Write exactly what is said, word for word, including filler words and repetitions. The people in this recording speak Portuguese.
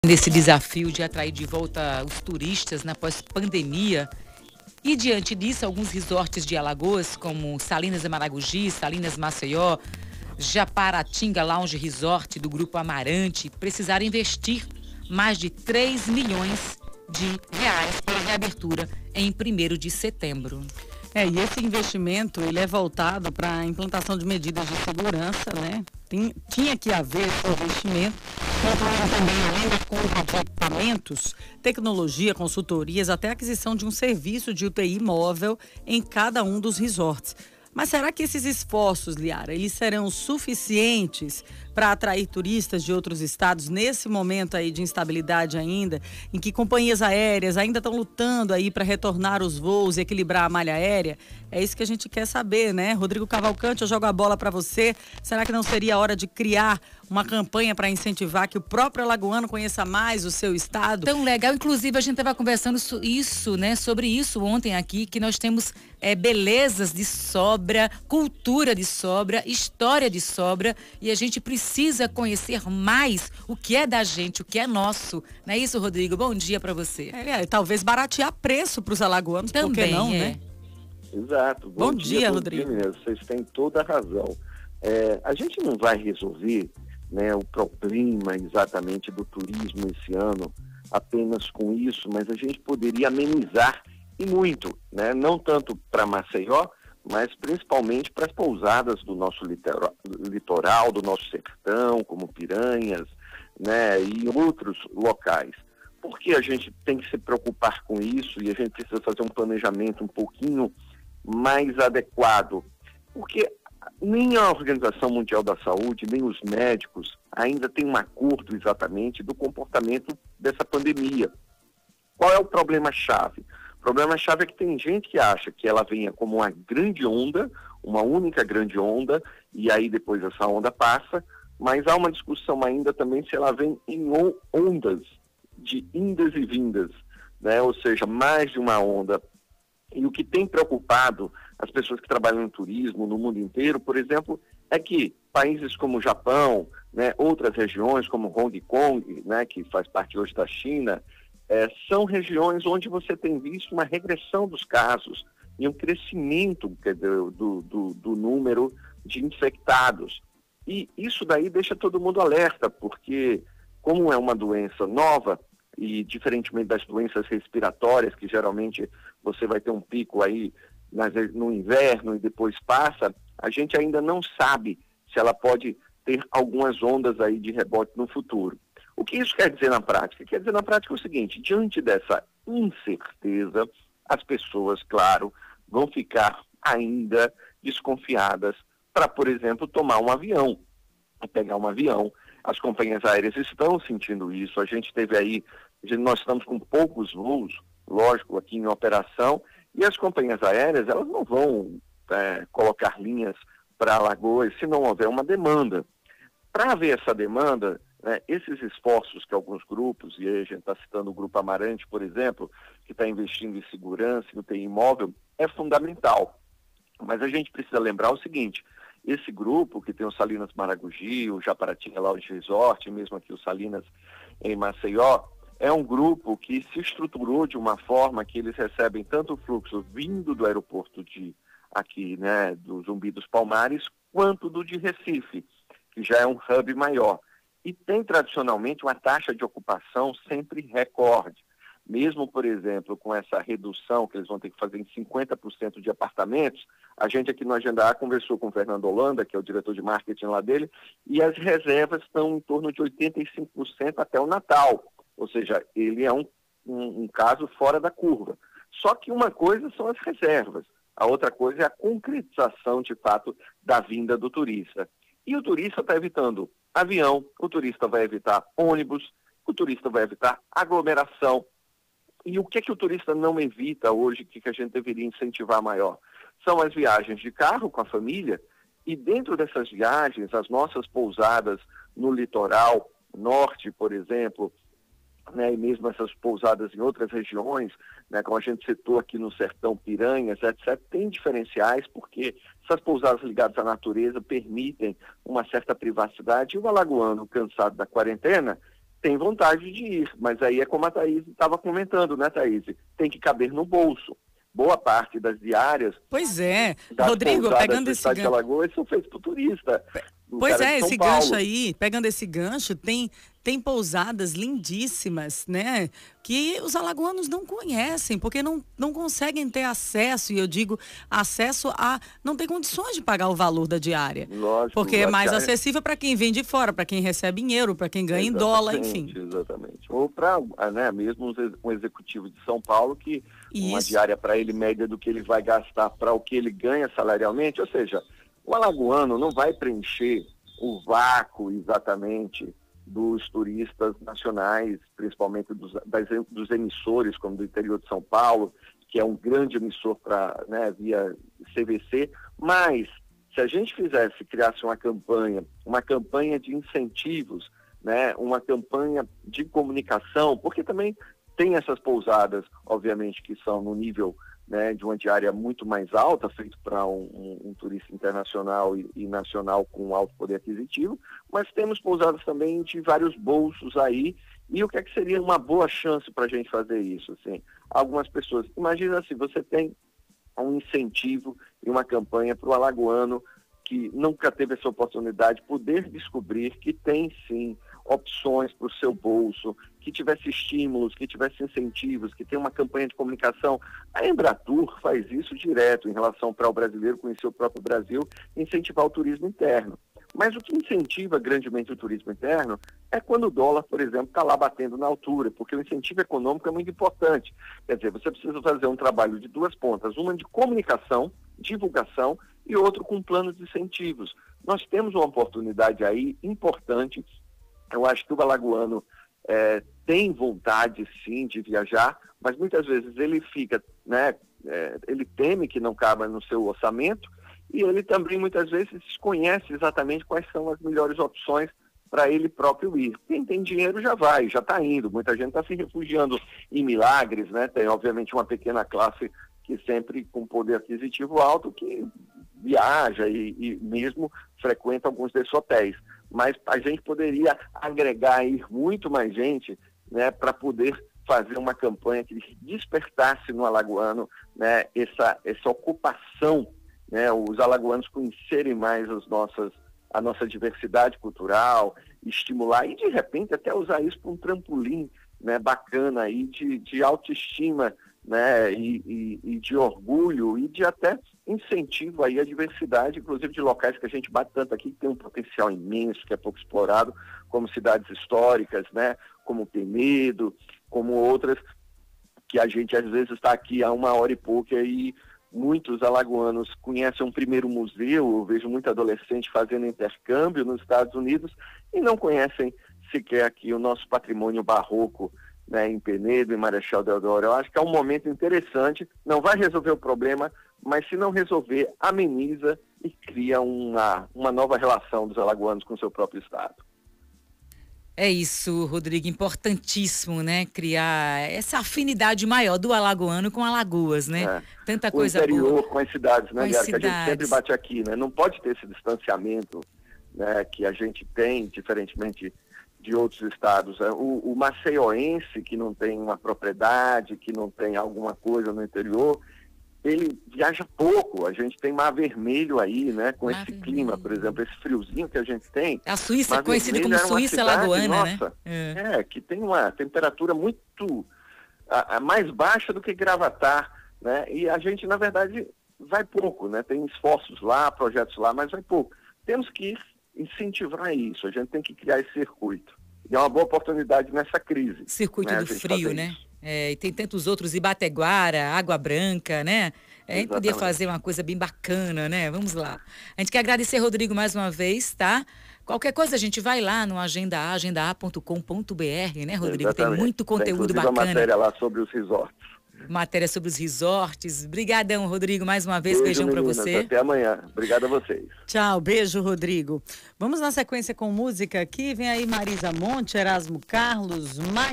Nesse desafio de atrair de volta os turistas na pós-pandemia. E diante disso, alguns resorts de Alagoas, como Salinas e Maragogi, Salinas Maceió, Japaratinga Lounge Resort do Grupo Amarante, precisaram investir mais de três milhões de reais para a reabertura em primeiro de setembro. É, e esse investimento, ele é voltado para a implantação de medidas de segurança, né? Tem, tinha que haver esse investimento, incluindo também, além da compra de equipamentos, tecnologia, consultorias, até a aquisição de um serviço de U T I móvel em cada um dos resorts. Mas será que esses esforços, Liara, eles serão suficientes para atrair turistas de outros estados nesse momento aí de instabilidade ainda, em que companhias aéreas ainda estão lutando aí para retornar os voos e equilibrar a malha aérea? É isso que a gente quer saber, né? Rodrigo Cavalcante, eu jogo a bola para você. Será que não seria hora de criar uma campanha para incentivar que o próprio alagoano conheça mais o seu estado? Tão legal, inclusive a gente estava conversando isso, né, sobre isso ontem aqui, que nós temos é, belezas de Sobra, cultura de Sobra, história de Sobra, e a gente precisa conhecer mais o que é da gente, o que é nosso. Não é isso, Rodrigo? Bom dia para você. É, talvez baratear preço para os alagoanos, também, por que não, é. né? Exato. Bom, bom dia, dia, Rodrigo. Dia, meninas. Vocês têm toda a razão. É, a gente não vai resolver, né, o problema exatamente do turismo esse ano apenas com isso, mas a gente poderia amenizar e muito, né? Não tanto para Maceió, mas principalmente para as pousadas do nosso litoral, do nosso sertão, como Piranhas, né, e outros locais. Por que a gente tem que se preocupar com isso e a gente precisa fazer um planejamento um pouquinho mais adequado? Porque nem a Organização Mundial da Saúde, nem os médicos ainda têm um acordo exatamente do comportamento dessa pandemia. Qual é o problema-chave? O problema-chave é que tem gente que acha que ela venha como uma grande onda, uma única grande onda, e aí depois essa onda passa, mas há uma discussão ainda também se ela vem em ondas, de indas e vindas, né? Ou seja, mais de uma onda. E o que tem preocupado as pessoas que trabalham no turismo no mundo inteiro, por exemplo, é que países como o Japão, né, outras regiões como Hong Kong, né, que faz parte hoje da China, é, são regiões onde você tem visto uma regressão dos casos e um crescimento quer dizer, do, do, do número de infectados. E isso daí deixa todo mundo alerta, porque como é uma doença nova, e diferentemente das doenças respiratórias, que geralmente você vai ter um pico aí no inverno e depois passa, a gente ainda não sabe se ela pode ter algumas ondas aí de rebote no futuro. O que isso quer dizer na prática? Quer dizer na prática o seguinte: diante dessa incerteza, as pessoas, claro, vão ficar ainda desconfiadas para, por exemplo, tomar um avião, pegar um avião. As companhias aéreas estão sentindo isso. A gente teve aí, nós estamos com poucos voos, lógico, aqui em operação, e as companhias aéreas, elas não vão é, colocar linhas para Alagoas se não houver uma demanda. Para haver essa demanda, né, esses esforços que alguns grupos, e aí a gente está citando o Grupo Amarante, por exemplo, que está investindo em segurança, em U T I imóvel, é fundamental. Mas a gente precisa lembrar o seguinte: esse grupo, que tem o Salinas Maragogi, o Japaratinga Lounge Resort, mesmo aqui o Salinas em Maceió, é um grupo que se estruturou de uma forma que eles recebem tanto o fluxo vindo do aeroporto de aqui, né, do Zumbi dos Palmares, quanto do de Recife, que já é um hub maior. E tem tradicionalmente uma taxa de ocupação sempre recorde. Mesmo, por exemplo, com essa redução que eles vão ter que fazer em cinquenta por cento de apartamentos, a gente aqui no Agenda A conversou com o Fernando Holanda, que é o diretor de marketing lá dele, e as reservas estão em torno de oitenta e cinco por cento até o Natal. Ou seja, ele é um, um, um caso fora da curva. Só que uma coisa são as reservas, a outra coisa é a concretização, de fato, da vinda do turista. E o turista está evitando avião, o turista vai evitar ônibus, o turista vai evitar aglomeração. E o que é que o turista não evita hoje, que, que a gente deveria incentivar maior? São as viagens de carro com a família, e dentro dessas viagens, as nossas pousadas no litoral norte, por exemplo, né, e mesmo essas pousadas em outras regiões, né, como a gente citou aqui no Sertão, Piranhas, etcétera, tem diferenciais, porque essas pousadas ligadas à natureza permitem uma certa privacidade, e o alagoano cansado da quarentena, tem vontade de ir, mas aí é como a Thaís estava comentando, né, Thaís? Tem que caber no bolso. Boa parte das diárias... Pois é. das Rodrigo, pegando do esse estado de gancho... Alagoas são feitas por turista. Pois é, esse Paulo. gancho aí, pegando esse gancho, tem, tem pousadas lindíssimas, né? Que os alagoanos não conhecem, porque não, não conseguem ter acesso, e eu digo acesso a... não tem condições de pagar o valor da diária. Lógico. Porque é mais acessível para quem vem de fora, para quem recebe em euro, para quem ganha em dólar, enfim. Exatamente. Ou para, né, mesmo um executivo de São Paulo que Isso. Uma diária para ele média do que ele vai gastar para o que ele ganha salarialmente, ou seja, o alagoano não vai preencher o vácuo exatamente dos turistas nacionais, principalmente dos, das, dos emissores, como do interior de São Paulo, que é um grande emissor para, né, via C V C, mas se a gente fizesse, criasse uma campanha, uma campanha de incentivos, né, uma campanha de comunicação, porque também tem essas pousadas, obviamente, que são no nível, né, de uma diária muito mais alta, feito para um, um, um turista internacional e, e nacional com alto poder aquisitivo, mas temos pousadas também de vários bolsos aí, e o que é que seria uma boa chance para a gente fazer isso? Assim, algumas pessoas, imagina se você tem um incentivo e uma campanha para o alagoano que nunca teve essa oportunidade, poder descobrir que tem sim opções para o seu bolso, que tivesse estímulos, que tivesse incentivos, que tem uma campanha de comunicação. A Embratur faz isso direto em relação para o brasileiro conhecer o próprio Brasil e incentivar o turismo interno. Mas o que incentiva grandemente o turismo interno é quando o dólar, por exemplo, está lá batendo na altura, porque o incentivo econômico é muito importante. Quer dizer, você precisa fazer um trabalho de duas pontas, uma de comunicação, divulgação, e outro com plano de incentivos. Nós temos uma oportunidade aí importante. Eu acho que o alagoano é, tem vontade, sim, de viajar, mas muitas vezes ele fica, né, é, ele teme que não cabe no seu orçamento, e ele também muitas vezes desconhece exatamente quais são as melhores opções para ele próprio ir. Quem tem dinheiro já vai, já está indo. Muita gente está se refugiando em milagres, né? Tem obviamente uma pequena classe que sempre com poder aquisitivo alto que viaja e, e mesmo frequenta alguns desses hotéis. Mas a gente poderia agregar aí muito mais gente, né, para poder fazer uma campanha que despertasse no alagoano, né, essa, essa ocupação, né, os alagoanos conhecerem mais as nossas, a nossa diversidade cultural, estimular e de repente até usar isso para um trampolim, né, bacana aí de, de autoestima, né, e, e, e de orgulho e de até incentivo aí à diversidade, inclusive de locais que a gente bate tanto aqui, que tem um potencial imenso, que é pouco explorado, como cidades históricas, né, como Penedo, como outras, que a gente às vezes está aqui há uma hora e pouco e muitos alagoanos conhecem um primeiro museu, eu vejo muito adolescente fazendo intercâmbio nos Estados Unidos e não conhecem sequer aqui o nosso patrimônio barroco, né, em Penedo, em Marechal Deodoro. Eu acho que é um momento interessante, não vai resolver o problema, mas se não resolver, ameniza e cria uma, uma nova relação dos alagoanos com o seu próprio estado. É isso, Rodrigo, importantíssimo, né? Criar essa afinidade maior do alagoano com Alagoas, né? É. Tanta o coisa interior, boa. com as cidades, né, Liara, que a gente cidades. sempre bate aqui, né? Não pode ter esse distanciamento, né, que a gente tem, diferentemente de outros estados. O, o maceioense, que não tem uma propriedade, que não tem alguma coisa no interior, ele viaja pouco. A gente tem Mar Vermelho aí, né? Com Mar esse Vermelho. clima, por exemplo, esse friozinho que a gente tem. A Suíça é Mar conhecida Vermelho como é uma Suíça cidade, Alagoana, nossa, né? É. É, que tem uma temperatura muito a, a mais baixa do que Gravatar, né? E a gente, na verdade, vai pouco, né? Tem esforços lá, projetos lá, mas vai pouco. Temos que incentivar isso, a gente tem que criar esse circuito. E é uma boa oportunidade nessa crise. Circuito né, do frio, né? É, e tem tantos outros, Ibateguara, Água Branca, né? É, a gente podia fazer uma coisa bem bacana, né? Vamos lá. A gente quer agradecer, Rodrigo, mais uma vez, tá? Qualquer coisa, a gente vai lá no agenda a, agenda a ponto com ponto br, né, Rodrigo? Exatamente. Tem muito conteúdo tem, bacana. Uma matéria lá sobre os resorts. Matéria sobre os resorts. Obrigadão, Rodrigo, mais uma vez. Beijo, Beijão para meninas, você. Até amanhã. Obrigado a vocês. Tchau, beijo, Rodrigo. Vamos na sequência com música aqui. Vem aí Marisa Monte, Erasmo Carlos,